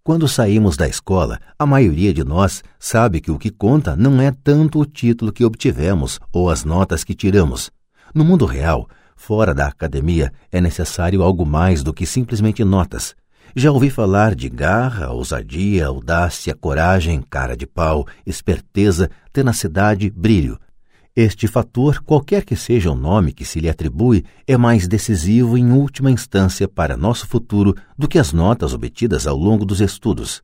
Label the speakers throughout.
Speaker 1: Quando saímos da escola, a maioria de nós sabe que o que conta não é tanto o título que obtivemos ou as notas que tiramos. No mundo real, fora da academia, é necessário algo mais do que simplesmente notas. Já ouvi falar de garra, ousadia, audácia, coragem, cara de pau, esperteza, tenacidade, brilho. Este fator, qualquer que seja o nome que se lhe atribui, é mais decisivo em última instância para nosso futuro do que as notas obtidas ao longo dos estudos.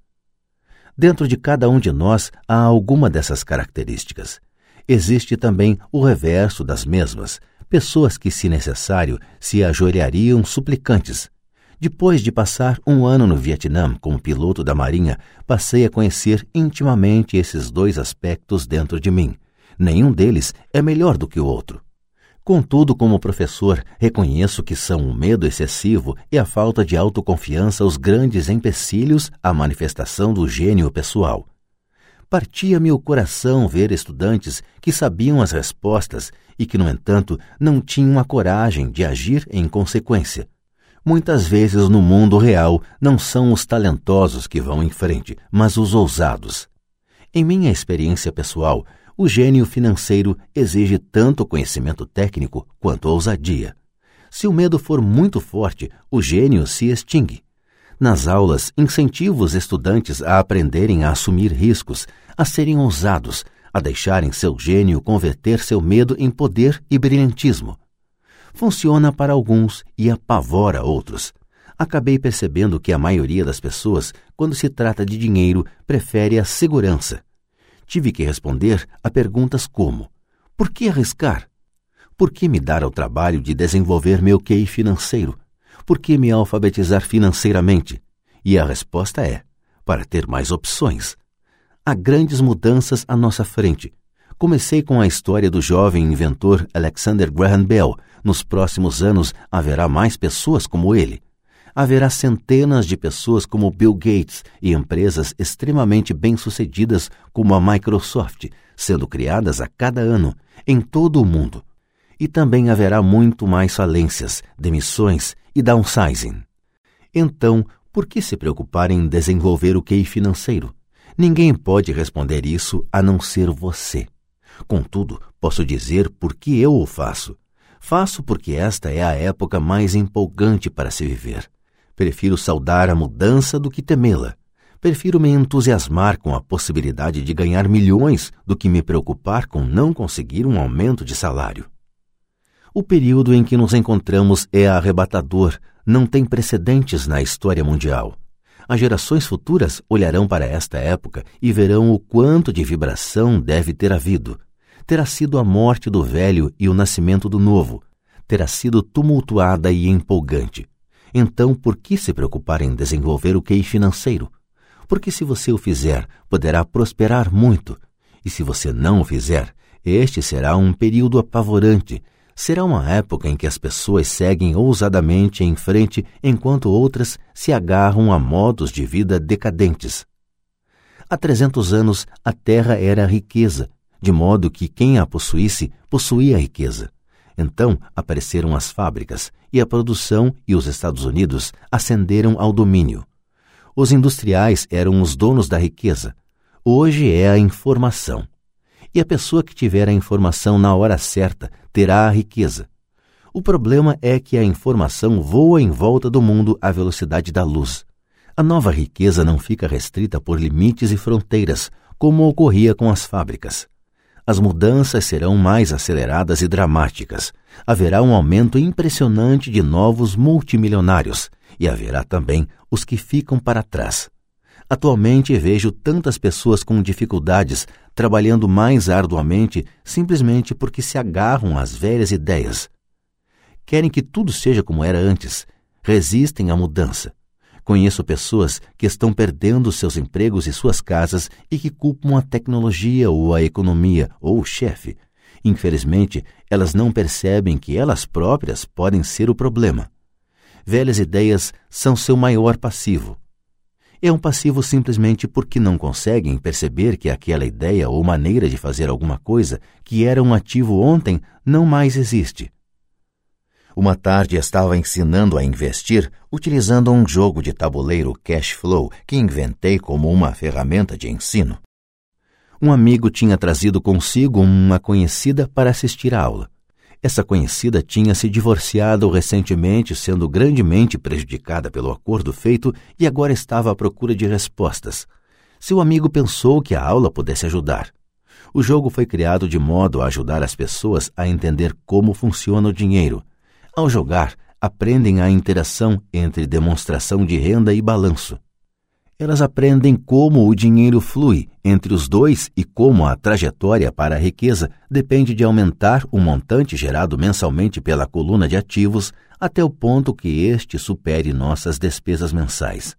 Speaker 1: Dentro de cada um de nós há alguma dessas características. Existe também o reverso das mesmas, pessoas que, se necessário, se ajoelhariam suplicantes. Depois de passar 1 ano no Vietnã como piloto da Marinha, passei a conhecer intimamente esses 2 aspectos dentro de mim. Nenhum deles é melhor do que o outro. Contudo, como professor, reconheço que são o medo excessivo e a falta de autoconfiança os grandes empecilhos à manifestação do gênio pessoal. Partia-me o coração ver estudantes que sabiam as respostas e que, no entanto, não tinham a coragem de agir em consequência. Muitas vezes no mundo real não são os talentosos que vão em frente, mas os ousados. Em minha experiência pessoal, o gênio financeiro exige tanto conhecimento técnico quanto ousadia. Se o medo for muito forte, o gênio se extingue. Nas aulas, incentivo os estudantes a aprenderem a assumir riscos, a serem ousados, a deixarem seu gênio converter seu medo em poder e brilhantismo. Funciona para alguns e apavora outros. Acabei percebendo que a maioria das pessoas, quando se trata de dinheiro, prefere a segurança. Tive que responder a perguntas como: por que arriscar? Por que me dar ao trabalho de desenvolver meu QI financeiro? Por que me alfabetizar financeiramente? E a resposta é: para ter mais opções. Há grandes mudanças à nossa frente. Comecei com a história do jovem inventor Alexander Graham Bell. Nos próximos anos haverá mais pessoas como ele. Haverá centenas de pessoas como Bill Gates e empresas extremamente bem-sucedidas como a Microsoft, sendo criadas a cada ano, em todo o mundo. E também haverá muito mais falências, demissões e downsizing. Então, por que se preocupar em desenvolver o QI financeiro? Ninguém pode responder isso a não ser você. Contudo, posso dizer por que eu o faço. Faço porque esta é a época mais empolgante para se viver. Prefiro saudar a mudança do que temê-la. Prefiro me entusiasmar com a possibilidade de ganhar milhões do que me preocupar com não conseguir um aumento de salário. O período em que nos encontramos é arrebatador, não tem precedentes na história mundial. As gerações futuras olharão para esta época e verão o quanto de vibração deve ter havido. Terá sido a morte do velho e o nascimento do novo. Terá sido tumultuada e empolgante. Então, por que se preocupar em desenvolver o QI financeiro? Porque se você o fizer, poderá prosperar muito. E se você não o fizer, este será um período apavorante. Será uma época em que as pessoas seguem ousadamente em frente, enquanto outras se agarram a modos de vida decadentes. Há 300 anos, a terra era riqueza, de modo que quem a possuísse, possuía a riqueza. Então apareceram as fábricas, e a produção e os Estados Unidos ascenderam ao domínio. Os industriais eram os donos da riqueza. Hoje é a informação. E a pessoa que tiver a informação na hora certa terá a riqueza. O problema é que a informação voa em volta do mundo à velocidade da luz. A nova riqueza não fica restrita por limites e fronteiras, como ocorria com as fábricas. As mudanças serão mais aceleradas e dramáticas. Haverá um aumento impressionante de novos multimilionários e haverá também os que ficam para trás. Atualmente vejo tantas pessoas com dificuldades trabalhando mais arduamente simplesmente porque se agarram às velhas ideias. Querem que tudo seja como era antes. Resistem à mudança. Conheço pessoas que estão perdendo seus empregos e suas casas e que culpam a tecnologia ou a economia ou o chefe. Infelizmente, elas não percebem que elas próprias podem ser o problema. Velhas ideias são seu maior passivo. É um passivo simplesmente porque não conseguem perceber que aquela ideia ou maneira de fazer alguma coisa que era um ativo ontem não mais existe. Uma tarde estava ensinando a investir utilizando um jogo de tabuleiro cash flow que inventei como uma ferramenta de ensino. Um amigo tinha trazido consigo uma conhecida para assistir à aula. Essa conhecida tinha se divorciado recentemente, sendo grandemente prejudicada pelo acordo feito e agora estava à procura de respostas. Seu amigo pensou que a aula pudesse ajudar. O jogo foi criado de modo a ajudar as pessoas a entender como funciona o dinheiro. Ao jogar, aprendem a interação entre demonstração de renda e balanço. Elas aprendem como o dinheiro flui entre os dois e como a trajetória para a riqueza depende de aumentar o montante gerado mensalmente pela coluna de ativos até o ponto que este supere nossas despesas mensais.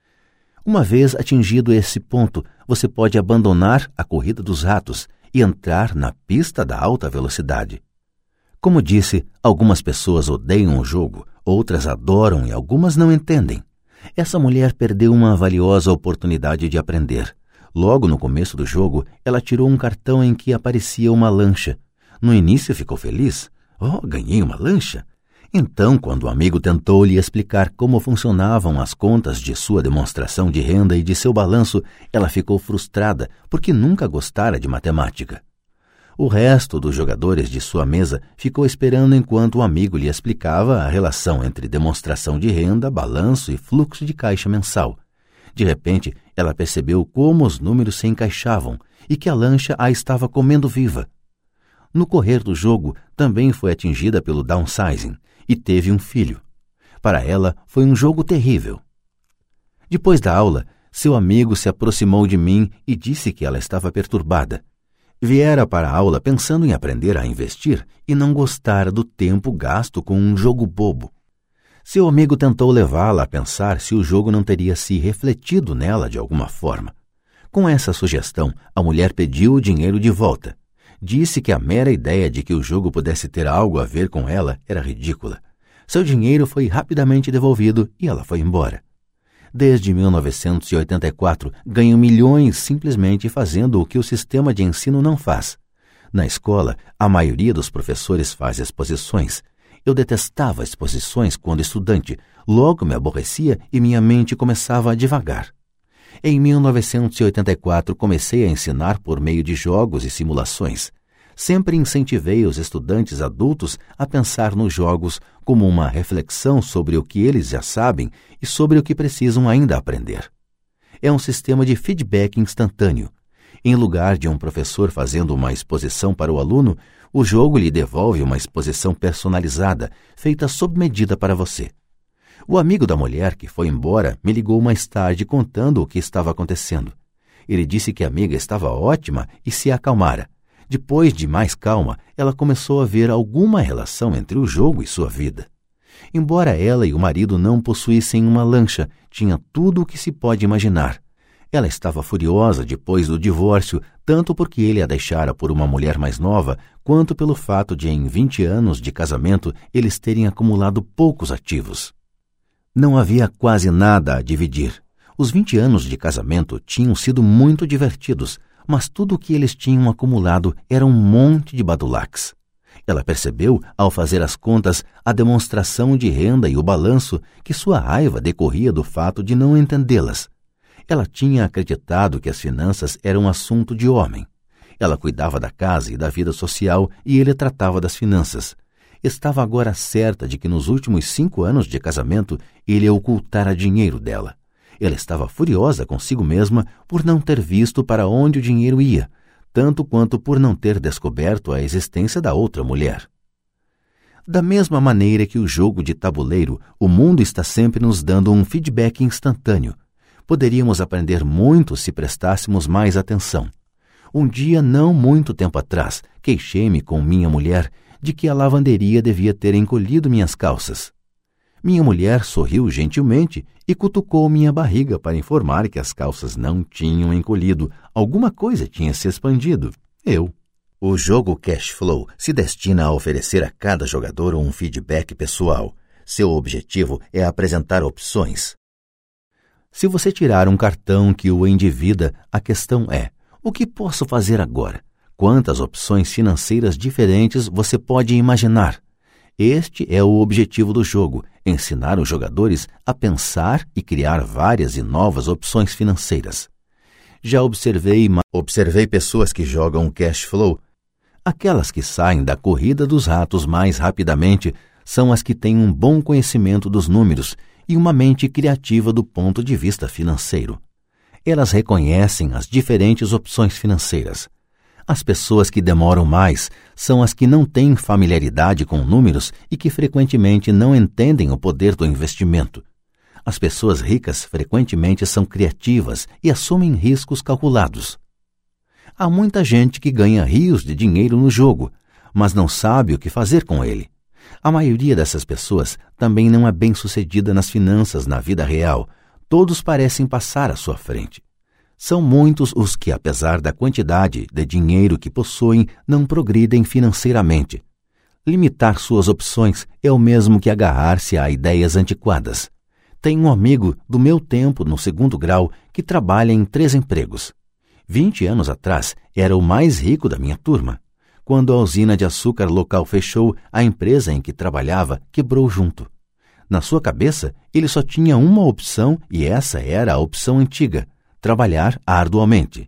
Speaker 1: Uma vez atingido esse ponto, você pode abandonar a corrida dos ratos e entrar na pista da alta velocidade. Como disse, algumas pessoas odeiam o jogo, outras adoram e algumas não entendem. Essa mulher perdeu uma valiosa oportunidade de aprender. Logo no começo do jogo, ela tirou um cartão em que aparecia uma lancha. No início ficou feliz. Oh, ganhei uma lancha! Então, quando o amigo tentou lhe explicar como funcionavam as contas de sua demonstração de renda e de seu balanço, ela ficou frustrada porque nunca gostara de matemática. O resto dos jogadores de sua mesa ficou esperando enquanto o amigo lhe explicava a relação entre demonstração de renda, balanço e fluxo de caixa mensal. De repente, ela percebeu como os números se encaixavam e que a lancha a estava comendo viva. No correr do jogo, também foi atingida pelo downsizing e teve um filho. Para ela, foi um jogo terrível. Depois da aula, seu amigo se aproximou de mim e disse que ela estava perturbada. Viera para a aula pensando em aprender a investir e não gostara do tempo gasto com um jogo bobo. Seu amigo tentou levá-la a pensar se o jogo não teria se refletido nela de alguma forma. Com essa sugestão, a mulher pediu o dinheiro de volta. Disse que a mera ideia de que o jogo pudesse ter algo a ver com ela era ridícula. Seu dinheiro foi rapidamente devolvido e ela foi embora. Desde 1984, ganho milhões simplesmente fazendo o que o sistema de ensino não faz. Na escola, a maioria dos professores faz exposições. Eu detestava exposições quando estudante, logo me aborrecia e minha mente começava a divagar. Em 1984, comecei a ensinar por meio de jogos e simulações. Sempre incentivei os estudantes adultos a pensar nos jogos como uma reflexão sobre o que eles já sabem e sobre o que precisam ainda aprender. É um sistema de feedback instantâneo. Em lugar de um professor fazendo uma exposição para o aluno, o jogo lhe devolve uma exposição personalizada, feita sob medida para você. O amigo da mulher que foi embora me ligou mais tarde contando o que estava acontecendo. Ele disse que a amiga estava ótima e se acalmara. Depois de mais calma, ela começou a ver alguma relação entre o jogo e sua vida. Embora ela e o marido não possuíssem uma lancha, tinha tudo o que se pode imaginar. Ela estava furiosa depois do divórcio, tanto porque ele a deixara por uma mulher mais nova, quanto pelo fato de, em 20 anos de casamento, eles terem acumulado poucos ativos. Não havia quase nada a dividir. Os 20 anos de casamento tinham sido muito divertidos, mas tudo o que eles tinham acumulado era um monte de badulaques. Ela percebeu, ao fazer as contas, a demonstração de renda e o balanço, que sua raiva decorria do fato de não entendê-las. Ela tinha acreditado que as finanças eram um assunto de homem. Ela cuidava da casa e da vida social e ele tratava das finanças. Estava agora certa de que nos últimos 5 anos de casamento ele ocultara dinheiro dela. Ela estava furiosa consigo mesma por não ter visto para onde o dinheiro ia, tanto quanto por não ter descoberto a existência da outra mulher. Da mesma maneira que o jogo de tabuleiro, o mundo está sempre nos dando um feedback instantâneo. Poderíamos aprender muito se prestássemos mais atenção. Um dia, não muito tempo atrás, queixei-me com minha mulher de que a lavanderia devia ter encolhido minhas calças. Minha mulher sorriu gentilmente e cutucou minha barriga para informar que as calças não tinham encolhido, alguma coisa tinha se expandido. O jogo Cash Flow se destina a oferecer a cada jogador um feedback pessoal. Seu objetivo é apresentar opções. Se você tirar um cartão que o endivida, a questão é: o que posso fazer agora? Quantas opções financeiras diferentes você pode imaginar? Este é o objetivo do jogo: ensinar os jogadores a pensar e criar várias e novas opções financeiras. Já observei pessoas que jogam cash flow. Aquelas que saem da corrida dos ratos mais rapidamente são as que têm um bom conhecimento dos números e uma mente criativa do ponto de vista financeiro. Elas reconhecem as diferentes opções financeiras. As pessoas que demoram mais são as que não têm familiaridade com números e que frequentemente não entendem o poder do investimento. As pessoas ricas frequentemente são criativas e assumem riscos calculados. Há muita gente que ganha rios de dinheiro no jogo, mas não sabe o que fazer com ele. A maioria dessas pessoas também não é bem-sucedida nas finanças na vida real. Todos parecem passar à sua frente. São muitos os que, apesar da quantidade de dinheiro que possuem, não progridem financeiramente. Limitar suas opções é o mesmo que agarrar-se a ideias antiquadas. Tenho um amigo do meu tempo no 2º grau que trabalha em 3 empregos. 20 anos atrás, era o mais rico da minha turma. Quando a usina de açúcar local fechou, a empresa em que trabalhava quebrou junto. Na sua cabeça, ele só tinha uma opção e essa era a opção antiga: trabalhar arduamente.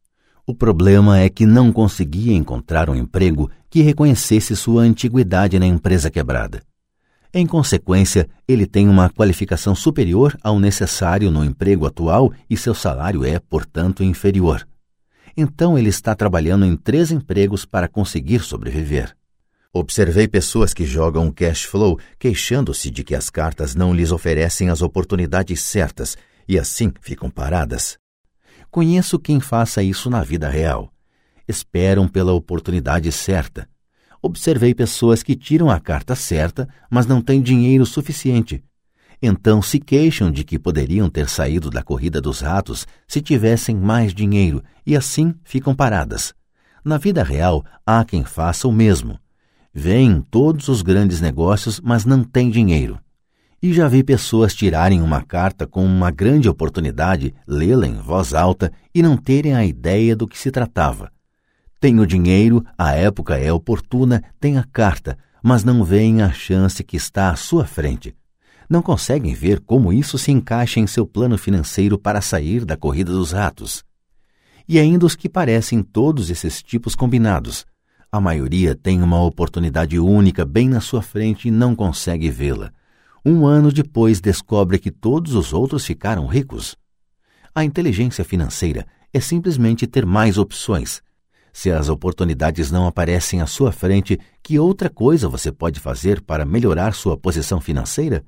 Speaker 1: O problema é que não conseguia encontrar um emprego que reconhecesse sua antiguidade na empresa quebrada. Em consequência, ele tem uma qualificação superior ao necessário no emprego atual e seu salário é, portanto, inferior. Então ele está trabalhando em 3 empregos para conseguir sobreviver. Observei pessoas que jogam cash flow queixando-se de que as cartas não lhes oferecem as oportunidades certas e assim ficam paradas. Conheço quem faça isso na vida real. Esperam pela oportunidade certa. Observei pessoas que tiram a carta certa, mas não têm dinheiro suficiente. Então se queixam de que poderiam ter saído da corrida dos ratos se tivessem mais dinheiro e assim ficam paradas. Na vida real, há quem faça o mesmo. Vêem todos os grandes negócios, mas não têm dinheiro. E já vi pessoas tirarem uma carta com uma grande oportunidade, lê-la em voz alta e não terem a ideia do que se tratava. Tenho dinheiro, a época é oportuna, tem a carta, mas não veem a chance que está à sua frente. Não conseguem ver como isso se encaixa em seu plano financeiro para sair da corrida dos ratos. E ainda os que parecem todos esses tipos combinados. A maioria tem uma oportunidade única bem na sua frente e não consegue vê-la. 1 ano depois descobre que todos os outros ficaram ricos. A inteligência financeira é simplesmente ter mais opções. Se as oportunidades não aparecem à sua frente, que outra coisa você pode fazer para melhorar sua posição financeira?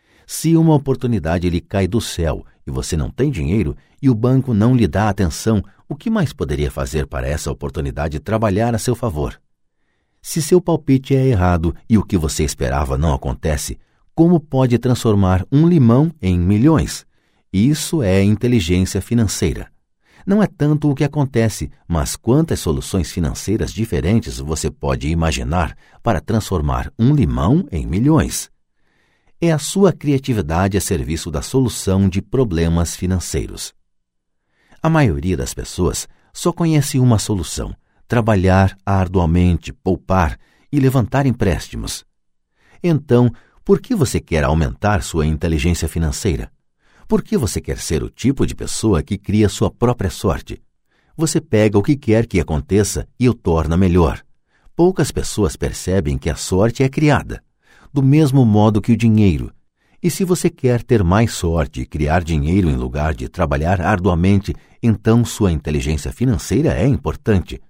Speaker 1: Se uma oportunidade lhe cai do céu e você não tem dinheiro e o banco não lhe dá atenção, o que mais poderia fazer para essa oportunidade trabalhar a seu favor? Se seu palpite é errado e o que você esperava não acontece, como pode transformar um limão em milhões? Isso é inteligência financeira. Não é tanto o que acontece, mas quantas soluções financeiras diferentes você pode imaginar para transformar um limão em milhões. É a sua criatividade a serviço da solução de problemas financeiros. A maioria das pessoas só conhece uma solução: trabalhar arduamente, poupar e levantar empréstimos. Então, por que você quer aumentar sua inteligência financeira? Por que você quer ser o tipo de pessoa que cria sua própria sorte? Você pega o que quer que aconteça e o torna melhor. Poucas pessoas percebem que a sorte é criada, do mesmo modo que o dinheiro. E se você quer ter mais sorte e criar dinheiro em lugar de trabalhar arduamente, então sua inteligência financeira é importante.